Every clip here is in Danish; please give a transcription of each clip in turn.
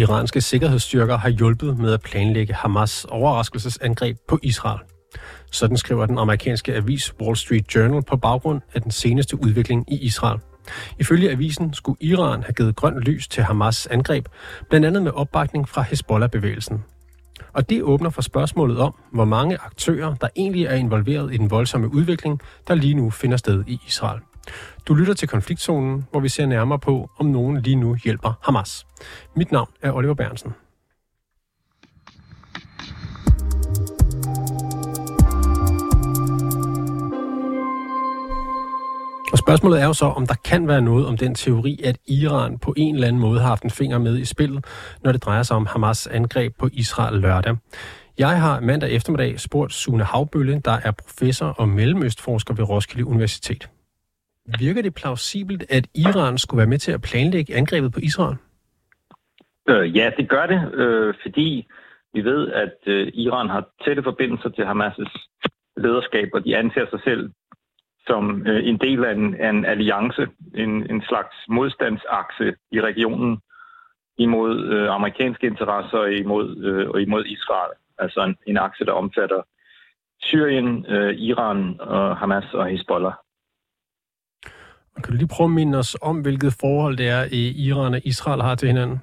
iranske sikkerhedsstyrker har hjulpet med at planlægge Hamas' overraskelsesangreb på Israel. Sådan skriver den amerikanske avis Wall Street Journal på baggrund af den seneste udvikling i Israel. Ifølge avisen skulle Iran have givet grønt lys til Hamas' angreb, blandt andet med opbakning fra Hezbollah-bevægelsen. Og det åbner for spørgsmålet om, hvor mange aktører, der egentlig er involveret i den voldsomme udvikling, der lige nu finder sted i Israel. Du lytter til Konfliktzonen, hvor vi ser nærmere på, om nogen lige nu hjælper Hamas. Mit navn er Oliver Bernsen. Og spørgsmålet er jo så, om der kan være noget om den teori, at Iran på en eller anden måde har haft en finger med i spillet, når det drejer sig om Hamas' angreb på Israel lørdag. Jeg har mandag eftermiddag spurgt Sune Havbølle, der er professor og mellemøstforsker ved Roskilde Universitet. Virker det plausibelt, at Iran skulle være med til at planlægge angrebet på Israel? Ja, det gør det, fordi vi ved, at Iran har tætte forbindelser til Hamas' lederskab, og de anser sig selv som en del af en alliance, en slags modstandsakse i regionen imod amerikanske interesser og imod Israel. Altså en akse, der omfatter Syrien, Iran, og Hamas og Hezbollah. Kan du lige prøve at minde os om, hvilket forhold det er, Iran og Israel har til hinanden?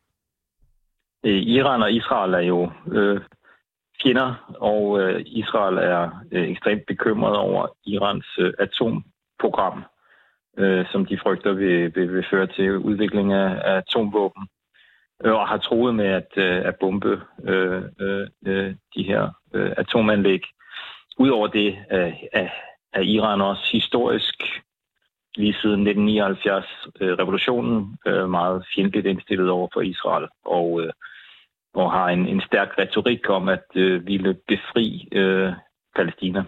Iran og Israel er jo fjender, og Israel er ekstremt bekymret over Irans atomprogram, som de frygter vil føre til udvikling af atomvåben, og har truet med at bombe de her atomanlæg. Udover det er Iran også historisk, lige siden 1979 revolutionen, meget fjendtligt indstillet over for Israel, og har en stærk retorik om at ville befri Palæstina.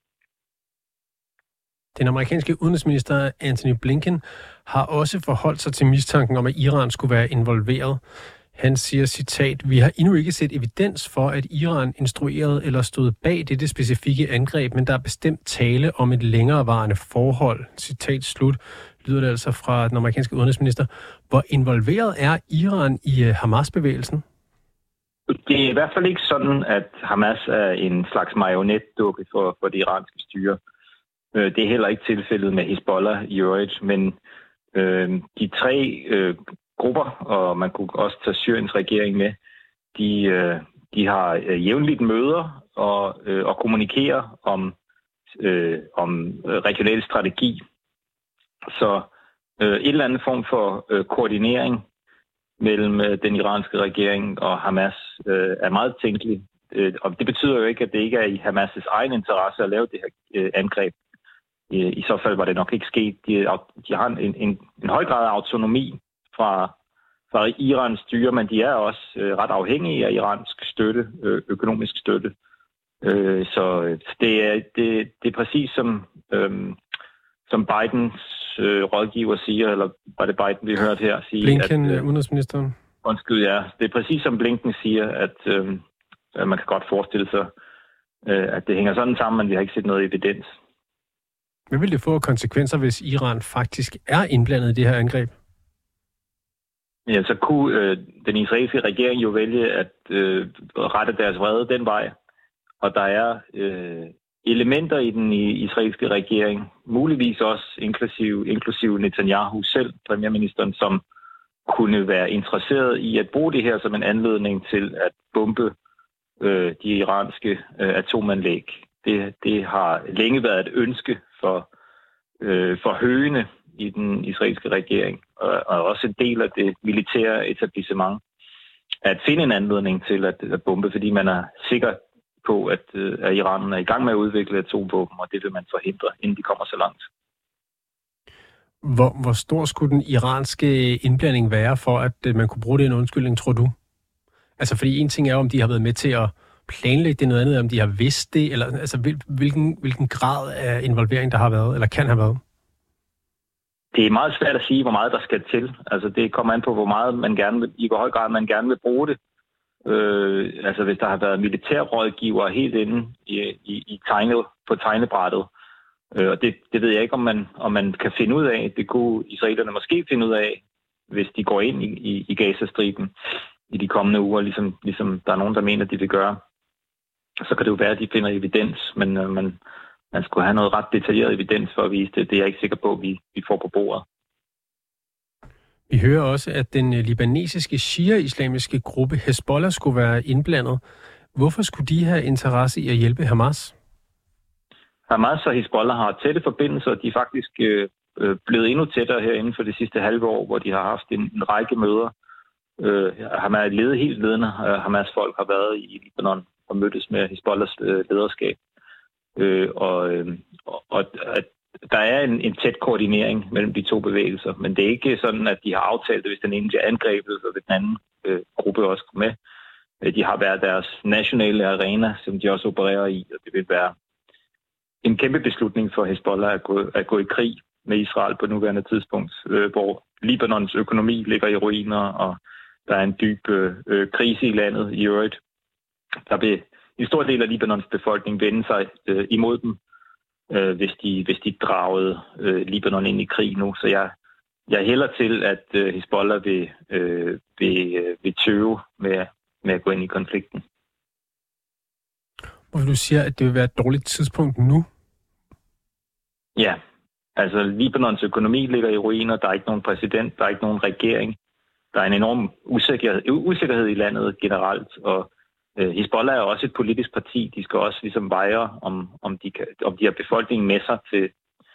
Den amerikanske udenrigsminister Antony Blinken har også forholdt sig til mistanken om, at Iran skulle være involveret. Han siger, citat, "Vi har endnu ikke set evidens for, at Iran instruerede eller stod bag dette specifikke angreb, men der er bestemt tale om et længerevarende forhold." Citat slut, lyder det altså fra den amerikanske udenrigsminister. Hvor involveret er Iran i Hamas-bevægelsen? Det er i hvert fald ikke sådan, at Hamas er en slags marionetdukke for det iranske styre. Det er heller ikke tilfældet med Hezbollah i øvrigt, men de tre grupper, og man kunne også tage Syriens regering med, de har jævnligt møder og kommunikerer om regional strategi. Så en eller anden form for koordinering mellem den iranske regering og Hamas er meget tænkelig. Og det betyder jo ikke, at det ikke er i Hamas' egen interesse at lave det her angreb. I så fald var det nok ikke sket. De har en høj grad af autonomi fra Irans styre, men de er også ret afhængige af iransk støtte, økonomisk støtte. Så det er præcis som Bidens rådgiver siger, eller var det Biden, vi hørte her sige? Blinken, udenrigsministeren. Undskyld, ja. Det er præcis som Blinken siger, at man kan godt forestille sig, at det hænger sådan sammen, men vi har ikke set noget evidens. Hvad vil det få konsekvenser, hvis Iran faktisk er indblandet i det her angreb? Ja, så kunne den israelske regering jo vælge at rette deres vrede den vej. Og der er elementer i den israelske regering, muligvis også inklusive Netanyahu selv, premierministeren, som kunne være interesseret i at bruge det her som en anledning til at bombe de iranske atomanlæg. Det har længe været et ønske for høgene i den israelske regering, og også en del af det militære etablissement, at finde en anledning til at bombe, fordi man er sikker på, at Iran er i gang med at udvikle atomvåben, og det vil man forhindre, inden de kommer så langt. Hvor stor skulle den iranske indblanding være for, at man kunne bruge det en undskyldning, tror du? Altså, fordi en ting er, om de har været med til at planlægge det, noget andet om de har vidst det, eller altså, hvilken grad af involvering der har været, eller kan have været? Det er meget svært at sige, hvor meget der skal til. Altså, det kommer an på, hvor høj grad man gerne vil bruge det. Altså, hvis der har været militærrådgivere helt inde på tegnebrættet, og det ved jeg ikke, om man kan finde ud af. Det kunne israelerne måske finde ud af, hvis de går ind i Gazastriben. i de kommende uger, ligesom der er nogen, der mener, de vil gøre. Så kan det jo være, at de finder evidens, men man skulle have noget ret detaljeret evidens for at vise det. Det er jeg ikke sikker på, at vi får på bordet. Vi hører også, at den libanesiske shia-islamiske gruppe Hezbollah skulle være indblandet. Hvorfor skulle de have interesse i at hjælpe Hamas? Hamas og Hezbollah har tætte forbindelser. De er faktisk blevet endnu tættere her inden for det sidste halve år, hvor de har haft en række møder. Helt ledende Hamas-folk har været i Libanon og mødtes med Hezbollahs lederskab. Og der er en tæt koordinering mellem de to bevægelser, men det er ikke sådan, at de har aftalt, at hvis den ene bliver angrebet, så vil den anden gruppe også komme med. De har været deres nationale arena, som de også opererer i, og det vil være en kæmpe beslutning for Hezbollah at gå i krig med Israel på nuværende tidspunkt, hvor Libanons økonomi ligger i ruiner, og der er en dyb krise i landet i øvrigt. Der vil en stor del af Libanons befolkning vende sig imod dem, hvis de dragede Libanon ind i krig nu. Så jeg hælder til, at Hezbollah vil tøve med at gå ind i konflikten. Hvorfor du siger, at det vil være et dårligt tidspunkt nu? Ja, altså Libanons økonomi ligger i ruiner. Der er ikke nogen præsident, der er ikke nogen regering. Der er en enorm usikkerhed i landet generelt, og Hezbollah er også et politisk parti. De skal også ligesom veje, om de har befolkningen med sig til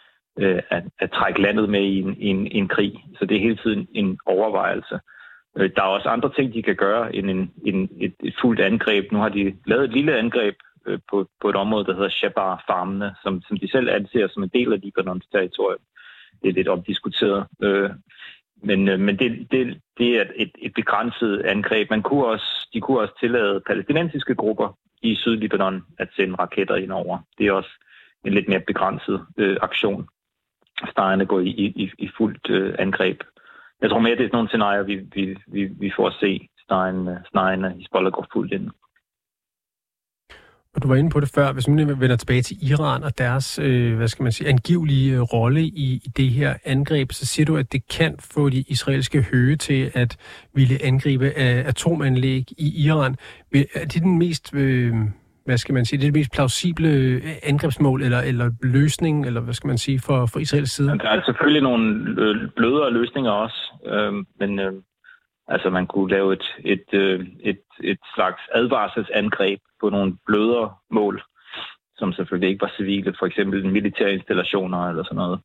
at trække landet med i en krig. Så det er hele tiden en overvejelse. Der er også andre ting, de kan gøre end et fuldt angreb. Nu har de lavet et lille angreb på et område, der hedder Shabar-farmene, som de selv anser som en del af Libanons territorium. Det er lidt omdiskuteret. Men det er et begrænset angreb. De kunne også tillade palæstinensiske grupper i Sydlibanon at sende raketter ind over. Det er også en lidt mere begrænset aktion. Snarere gå i fuldt angreb. Jeg tror mere, det er nogle scenarier, vi får at se, snarere end Hezbollah går fuldt ind. Og du var inde på det før, hvis man vender tilbage til Iran og deres, angivelige rolle i det her angreb, så siger du, at det kan få de israelske høge til at ville angribe atomanlæg i Iran. Er det den mest, det mest plausible angrebsmål eller løsning, eller hvad skal man sige, for Israels side? Der er selvfølgelig nogle blødere løsninger også, men altså man kunne lave et slags advarselsangreb på nogle blødere mål, som selvfølgelig ikke var civile, for eksempel militære installationer eller sådan noget,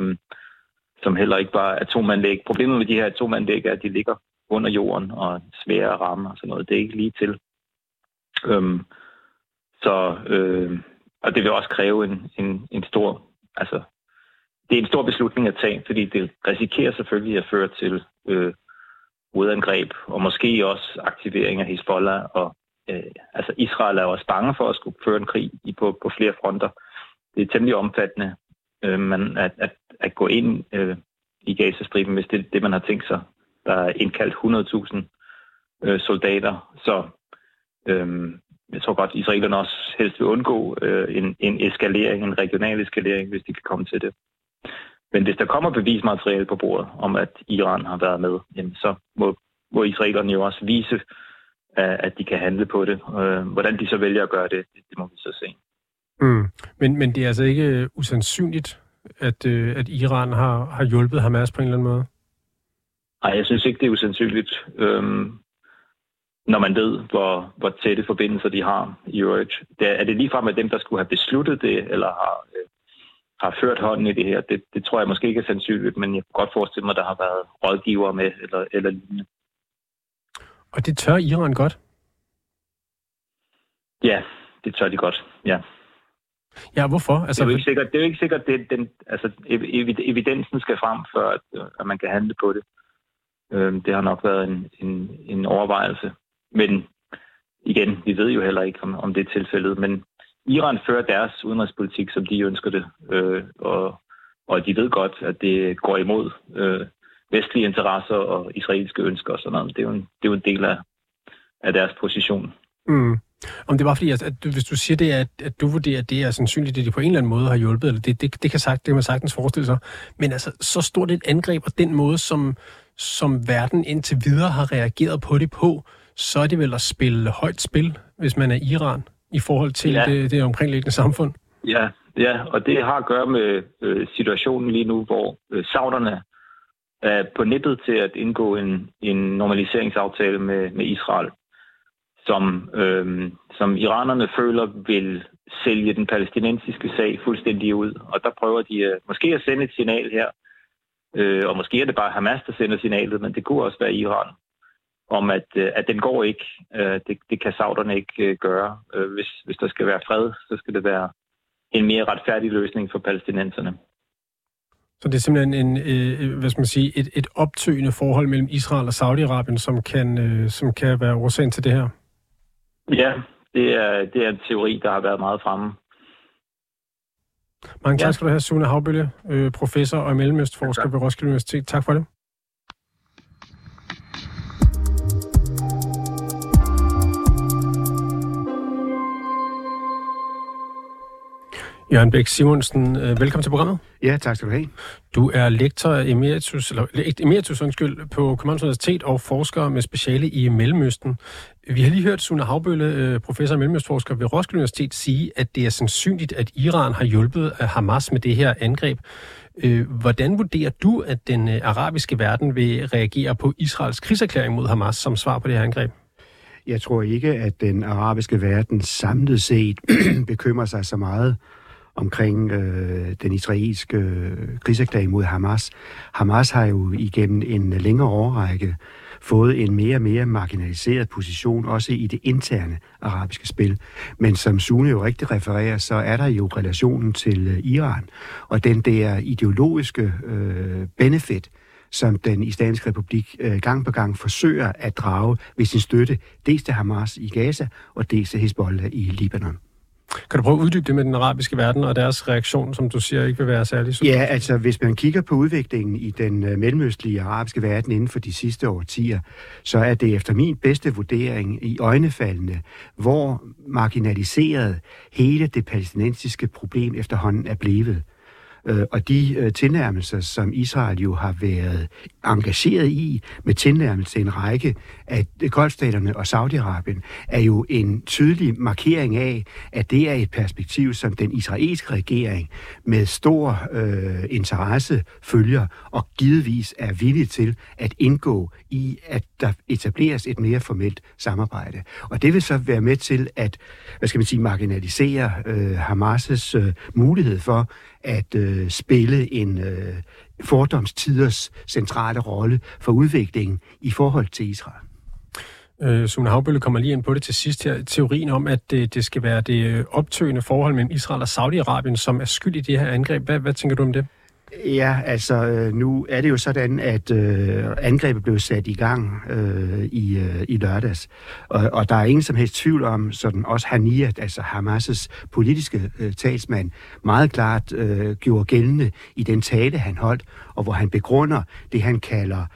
som heller ikke var atomanlæg. Problemet med de her atomanlæg er, at de ligger under jorden og svære at ramme og sådan noget. Det er ikke lige til. Og det vil også kræve en stor, altså det er en stor beslutning at tage, fordi det risikerer selvfølgelig at føre til modangreb, og måske også aktivering af Hezbollah. Og altså Israel er også bange for at skulle føre en krig på flere fronter. Det er temmelig omfattende, men at gå ind i Gazastriben, hvis det er det, man har tænkt sig. Der er indkaldt 100.000 soldater, så jeg tror godt, israelerne også helst vil undgå en eskalering, en regional eskalering, hvis de kan komme til det. Men hvis der kommer bevismateriale på bordet om, at Iran har været med, jamen så må israelerne jo også vise, at de kan handle på det. Hvordan de så vælger at gøre det må vi så se. Men det er altså ikke usandsynligt, at Iran har hjulpet Hamas på en eller anden måde? Nej, jeg synes ikke, det er usandsynligt. Når man ved, hvor tætte forbindelser de har i øvrigt. Er det ligefrem med dem, der skulle have besluttet det, eller har ført hånden i det her? Det tror jeg måske ikke er sandsynligt, men jeg kan godt forestille mig, at der har været rådgivere med, eller lignende. Og det tør Iran godt? Ja, det tør de godt, ja. Ja, hvorfor? Altså, det er jo ikke sikkert, at evidensen skal frem, før at man kan handle på det. Det har nok været en overvejelse. Men igen, vi ved jo heller ikke, om det er tilfældet. Men Iran fører deres udenrigspolitik, som de ønsker det. Og de ved godt, at det går imod vestlige interesser og israelske ønsker og sådan noget. Det er jo en del af deres position. Om det var fordi, at hvis du siger det, at du vurderer, at det er sandsynligt, at de på en eller anden måde har hjulpet, eller det kan man sagtens forestille sig. Men altså, så stort et angreb, og den måde, som verden indtil videre har reageret på det på, så er det vel at spille højt spil, hvis man er Iran, i forhold til det omkringliggende samfund. Ja, og det har at gøre med situationen lige nu, hvor sauderne er på nippet til at indgå en normaliseringsaftale med Israel, som iranerne føler vil sælge den palæstinensiske sag fuldstændig ud. Og der prøver de måske at sende et signal her, og måske er det bare Hamas, der sender signalet, men det kunne også være Iran, om at den går ikke. Det kan sauderne ikke gøre. Hvis der skal være fred, så skal det være en mere retfærdig løsning for palæstinenserne. Så det er simpelthen et optøgende forhold mellem Israel og Saudi-Arabien, som kan være årsagen til det her? Ja, det er en teori, der har været meget fremme. Mange tak skal du have, Sune Haubølle, professor og mellemøstforsker ved Roskilde Universitet. Tak for det. Jørgen Bæk Simonsen, velkommen til programmet. Ja, tak skal du have. Du er lektor emeritus på Københavns Universitet og forsker med speciale i Mellemøsten. Vi har lige hørt Sune Haubølle, professor og mellemøstforsker ved Roskilde Universitet, sige, at det er sandsynligt, at Iran har hjulpet Hamas med det her angreb. Hvordan vurderer du, at den arabiske verden vil reagere på Israels krigserklæring mod Hamas som svar på det her angreb? Jeg tror ikke, at den arabiske verden samlet set bekymrer sig så meget omkring den israelske krigserklæring mod Hamas. Hamas har jo igennem en længere årrække fået en mere og mere marginaliseret position, også i det interne arabiske spil. Men som Sune jo rigtig refererer, så er der jo relationen til Iran, og den der ideologiske benefit, som den Islamiske Republik gang på gang forsøger at drage ved sin støtte, dels til Hamas i Gaza, og dels til Hezbollah i Libanon. Kan du prøve at uddybe det med den arabiske verden og deres reaktion, som du siger ikke vil være særlig super? Ja, altså hvis man kigger på udviklingen i den mellemøstlige arabiske verden inden for de sidste årtier, så er det efter min bedste vurdering i øjnefaldende, hvor marginaliseret hele det palæstinensiske problem efterhånden er blevet. Og de tilnærmelser, som Israel jo har været engageret i med tilnærmelse til en række af Golfstaterne og Saudi-Arabien, er jo en tydelig markering af, at det er et perspektiv, som den israelske regering med stor interesse følger og givetvis er villig til at indgå i, at der etableres et mere formelt samarbejde. Og det vil så være med til at, marginalisere Hamas' mulighed for at spille en fordomstiders centrale rolle for udviklingen i forhold til Israel. Sune Haubølle kommer lige ind på det til sidst her. Teorien om, at det skal være det optøgende forhold mellem Israel og Saudi-Arabien, som er skyld i det her angreb. Hvad tænker du om det? Ja, altså nu er det jo sådan, at angrebet blev sat i gang i lørdags, og der er ingen som helst tvivl om, sådan også Haniyeh, altså Hamas' politiske talsmand, meget klart gjorde gældende i den tale, han holdt, og hvor han begrunder det, han kalder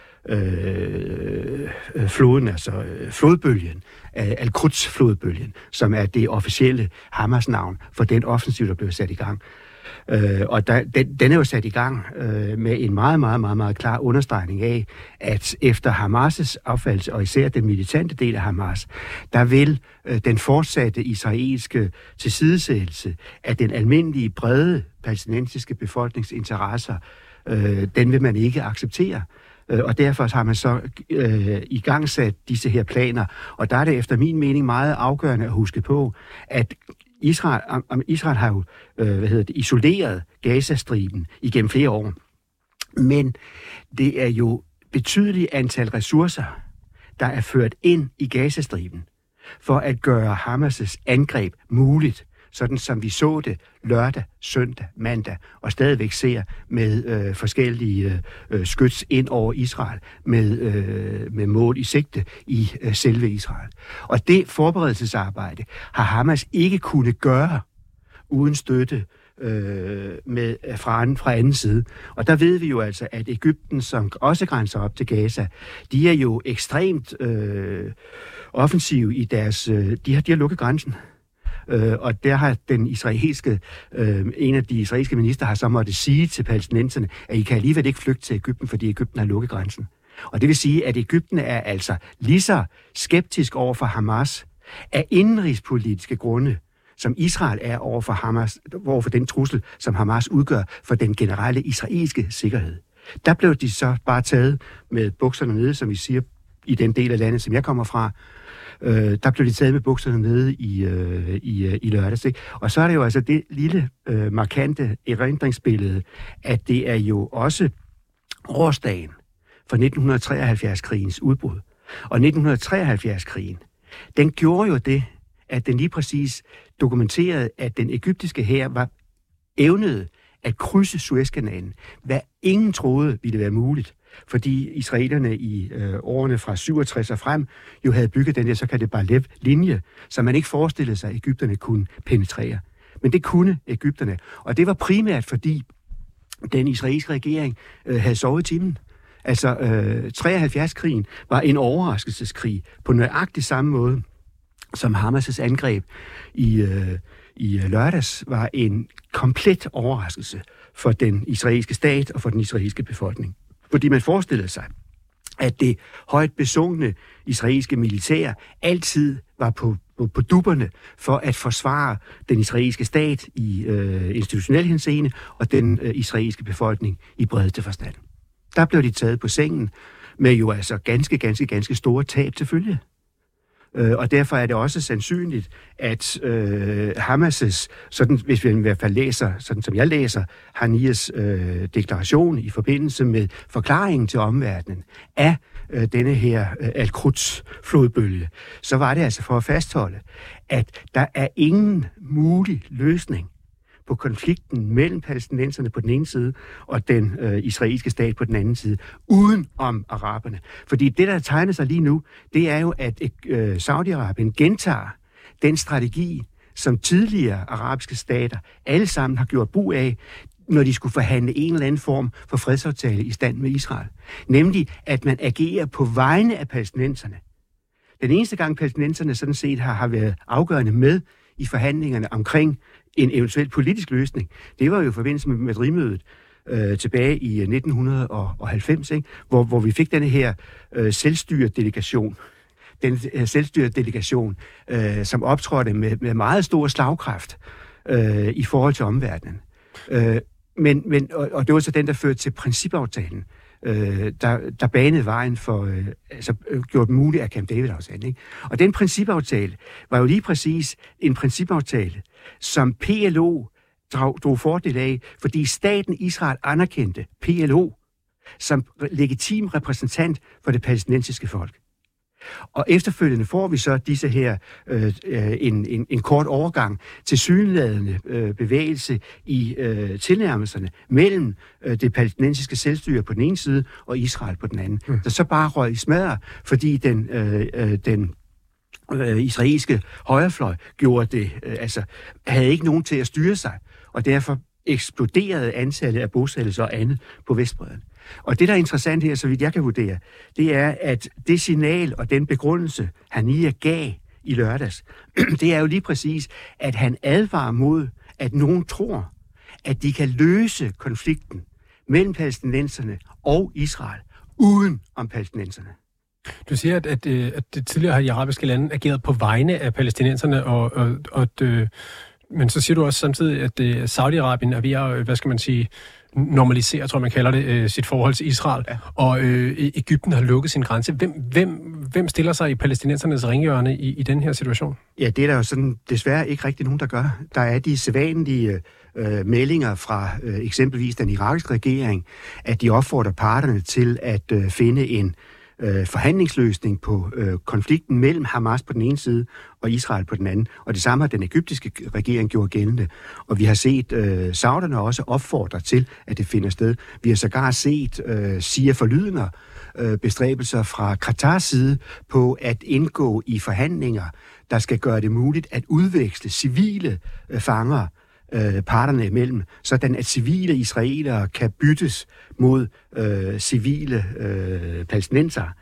floden, altså flodbølgen, Al-Quds-flodbølgen, som er det officielle Hamas-navn for den offensiv, der blev sat i gang. Og den er jo sat i gang med en meget, meget, meget, meget klar understregning af, at efter Hamas' opfattelse, og især den militante del af Hamas, der vil den fortsatte israelske tilsidesættelse af den almindelige, brede palæstinensiske befolkningsinteresser, den vil man ikke acceptere. Og derfor har man så igangsat disse her planer. Og der er det efter min mening meget afgørende at huske på, at Israel har jo isoleret Gazastriben igennem flere år. Men det er jo betydeligt antal ressourcer, der er ført ind i Gazastriben for at gøre Hamas' angreb muligt, sådan som vi så det lørdag, søndag, mandag, og stadigvæk ser med forskellige skyts ind over Israel, med mål i sigte i selve Israel. Og det forberedelsesarbejde har Hamas ikke kunnet gøre uden støtte fra anden side. Og der ved vi jo altså, at Egypten, som også grænser op til Gaza, de er jo ekstremt offensive i deres... De har lukket grænsen. Og der har den israelske, en af de israelske minister har så måtte sige til palæstinenserne, at I kan alligevel ikke flygte til Egypten, fordi Egypten har lukket grænsen. Og det vil sige, at Egypten er altså lige så skeptisk over for Hamas af indenrigspolitiske grunde, som Israel er over for Hamas, over for den trussel, som Hamas udgør for den generelle israelske sikkerhed. Der blev de så bare taget med bukserne nede, som vi siger, i den del af landet, som jeg kommer fra. Der blev de taget med bukserne nede i lørdags. Ikke? Og så er det jo altså det lille markante erindringsbillede, at det er jo også årsdagen for 1973-krigens udbrud. Og 1973-krigen, den gjorde jo det, at den lige præcis dokumenterede, at den egyptiske hær var evnede at krydse Suezkanalen, hvad ingen troede ville være muligt, fordi israelerne i årene fra 67 og frem jo havde bygget den der såkaldte Bar-Lev-linje, som man ikke forestillede sig, at egypterne kunne penetrere. Men det kunne egypterne, og det var primært fordi den israelske regering havde sovet i timen. Altså 73-krigen var en overraskelseskrig på nøjagtig samme måde, som Hamas' angreb i lørdags var en komplet overraskelse for den israelske stat og for den israelske befolkning. Fordi man forestillede sig, at det højt besungne israelske militær altid var på dupperne for at forsvare den israelske stat i institutionel henseende og den israelske befolkning i bredeste forstand. Der blev de taget på sengen med jo altså ganske store tab til følge. Og derfor er det også sandsynligt, at Hamas' sådan, hvis vi i hvert fald læser, sådan som jeg læser, Haniyehs deklaration i forbindelse med forklaringen til omverdenen af denne her Al-Quds-flodbølge, så var det altså for at fastholde, at der er ingen mulig løsning på konflikten mellem palæstinenserne på den ene side og den israelske stat på den anden side, uden om araberne. Fordi det, der tegner sig lige nu, det er jo, at Saudi-Arabien gentager den strategi, som tidligere arabiske stater alle sammen har gjort brug af, når de skulle forhandle en eller anden form for fredsaftale i stand med Israel. Nemlig, at man agerer på vegne af palæstinenserne. Den eneste gang palæstinenserne sådan set har været afgørende med i forhandlingerne omkring en eventuel politisk løsning, det var jo i forbindelse med Madrid-mødet tilbage i 1990, ikke? Hvor vi fik denne her selvstyredelegation. Den selvstyredelegation, som optrådte med meget stor slagkraft i forhold til omverdenen. Og det var så den, der førte til principaftalen, der banede vejen for, gjort muligt af Camp David-aftalen. Ikke? Og den principaftale var jo lige præcis en principaftale, som PLO drog fordel af, fordi staten Israel anerkendte PLO som legitim repræsentant for det palæstinensiske folk. Og efterfølgende får vi så disse her en kort overgang til syneladende bevægelse i tilnærmelserne mellem det palæstinensiske selvstyre på den ene side og Israel på den anden. Der så bare røg i smadre, fordi den israelske højrefløj gjorde det, havde ikke nogen til at styre sig, og derfor eksploderede antallet af bosættelser og andet på Vestbredden. Og det, der er interessant her, så vidt jeg kan vurdere, det er, at det signal og den begrundelse, Haniyeh gav i lørdags, det er jo lige præcis, at han advarer mod, at nogen tror, at de kan løse konflikten mellem palæstinenserne og Israel, uden om palæstinenserne. Du siger, at det tidligere har de arabiske lande ageret på vegne af palæstinenserne, men så siger du også samtidig, at Saudi-Arabien er ved at, hvad skal man sige, normalisere, tror jeg, man kalder det, sit forhold til Israel, ja. Og Egypten har lukket sin grænse. Hvem stiller sig i palæstinensernes ringhjørne i den her situation? Ja, det er der jo sådan desværre ikke rigtig nogen, der gør. Der er de sædvanlige meldinger fra eksempelvis den irakiske regering, at de opfordrer parterne til at finde en forhandlingsløsning på konflikten mellem Hamas på den ene side og Israel på den anden. Og det samme har den egyptiske regering gjort gældende. Og vi har set sauderne også opfordre til, at det finder sted. Vi har sågar set siger forlydender bestræbelser fra Qatars side på at indgå i forhandlinger, der skal gøre det muligt at udveksle civile fanger parterne imellem, sådan at civile israelere kan byttes mod civile palæstinensere.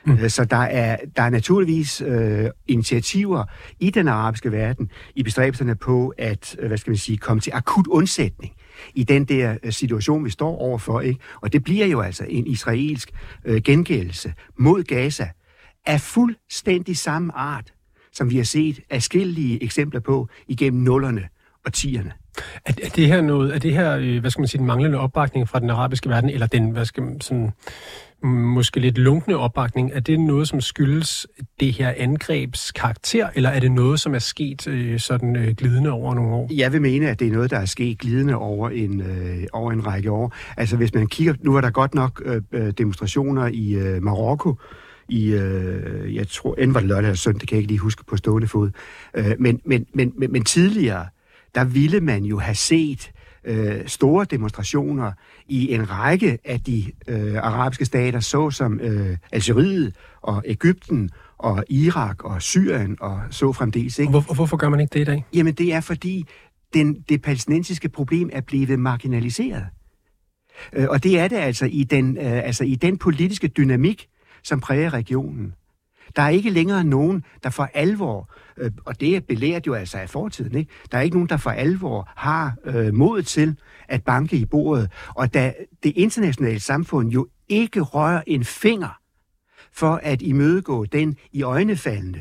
Så der er naturligvis initiativer i den arabiske verden i bestræbelserne på at, komme til akut undsætning i den der situation, vi står overfor, ikke? Og det bliver jo altså en israelsk gengældelse mod Gaza af fuldstændig samme art, som vi har set adskillige eksempler på igennem 0'erne og 10'erne. Er det her noget, den manglende opbakning fra den arabiske verden, eller den, måske lidt lunkne opbakning, er det noget, som skyldes det her angrebs karakter, eller er det noget, som er sket glidende over nogle år? Jeg vil mene, at det er noget, der er sket glidende over en række år. Altså hvis man kigger, nu var der godt nok demonstrationer i Marokko, jeg tror, enten var det lørdag eller søndag, det kan jeg ikke lige huske på stående fod. Men tidligere, der ville man jo have set store demonstrationer i en række af de arabiske stater, såsom Algeriet og Egypten og Irak og Syrien og så fremdeles. Ikke? Hvorfor gør man ikke det i dag? Jamen det er fordi det palæstinensiske problem er blevet marginaliseret. Og det er det altså i den politiske dynamik, som præger regionen. Der er ikke længere nogen, der for alvor, og det er belært jo altså af fortiden, ikke? Der er ikke nogen, der for alvor har modet til at banke i bordet, og da det internationale samfund jo ikke rører en finger for at imødegå den i øjnefaldende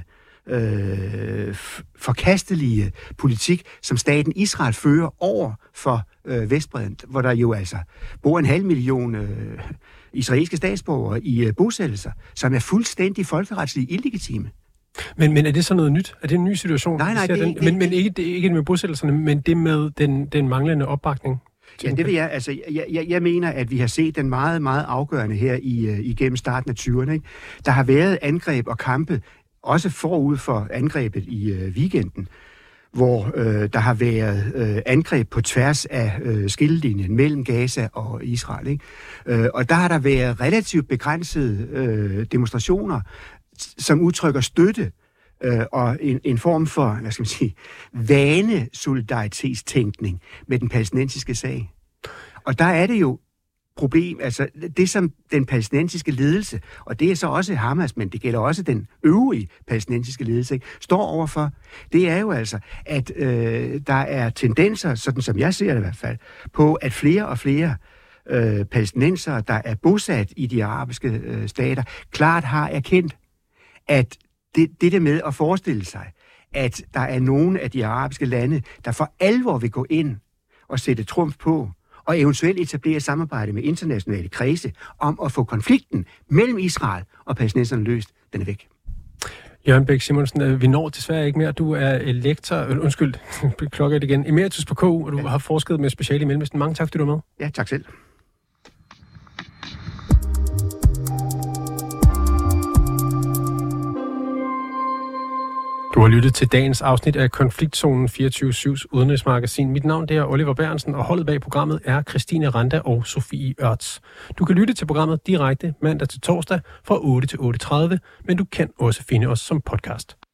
forkastelige politik, som staten Israel fører over for Vestbredden, hvor der jo altså bor 500.000 israelske statsborgere i bosættelser, som er fuldstændig folkeretsligt illegitime. Men er det så noget nyt? Er det en ny situation? Nej, men ikke med bosættelserne, men det med den manglende opbakning? Ja, det vil jeg. Altså, jeg mener, at vi har set den meget, meget afgørende her igennem starten af 20'erne. Ikke? Der har været angreb og kampe, også forud for angrebet i weekenden, hvor der har været angreb på tværs af skillelinjen mellem Gaza og Israel. Ikke? Og der har der været relativt begrænsede demonstrationer, som udtrykker støtte og en form for, vanesolidaritetstænkning med den palæstinensiske sag. Og der er det jo problem, altså det som den palæstinensiske ledelse, og det er så også Hamas, men det gælder også den øvrige palæstinensiske ledelse, ikke, står overfor, det er jo altså, at der er tendenser, sådan som jeg ser det i hvert fald, på at flere og flere palæstinensere, der er bosat i de arabiske stater, klart har erkendt, at det med at forestille sig, at der er nogle af de arabiske lande, der for alvor vil gå ind og sætte trumf på, og eventuelt etablere samarbejde med internationale kredse om at få konflikten mellem Israel og palæstinenserne løst, den er væk. Jørgen Bæk Simonsen, vi når desværre ikke mere. Du er klokker det igen, emeritus på KU, og du har forsket med speciale i Mellemøsten. Mange tak, fordi du var med. Ja, tak selv. Du har lyttet til dagens afsnit af Konfliktzonen 24/7's udenrigsmagasin. Mit navn er Oliver Bærensen, og holdet bag programmet er Christine Randa og Sofie Ørts. Du kan lytte til programmet direkte mandag til torsdag fra 8 til 8:30, men du kan også finde os som podcast.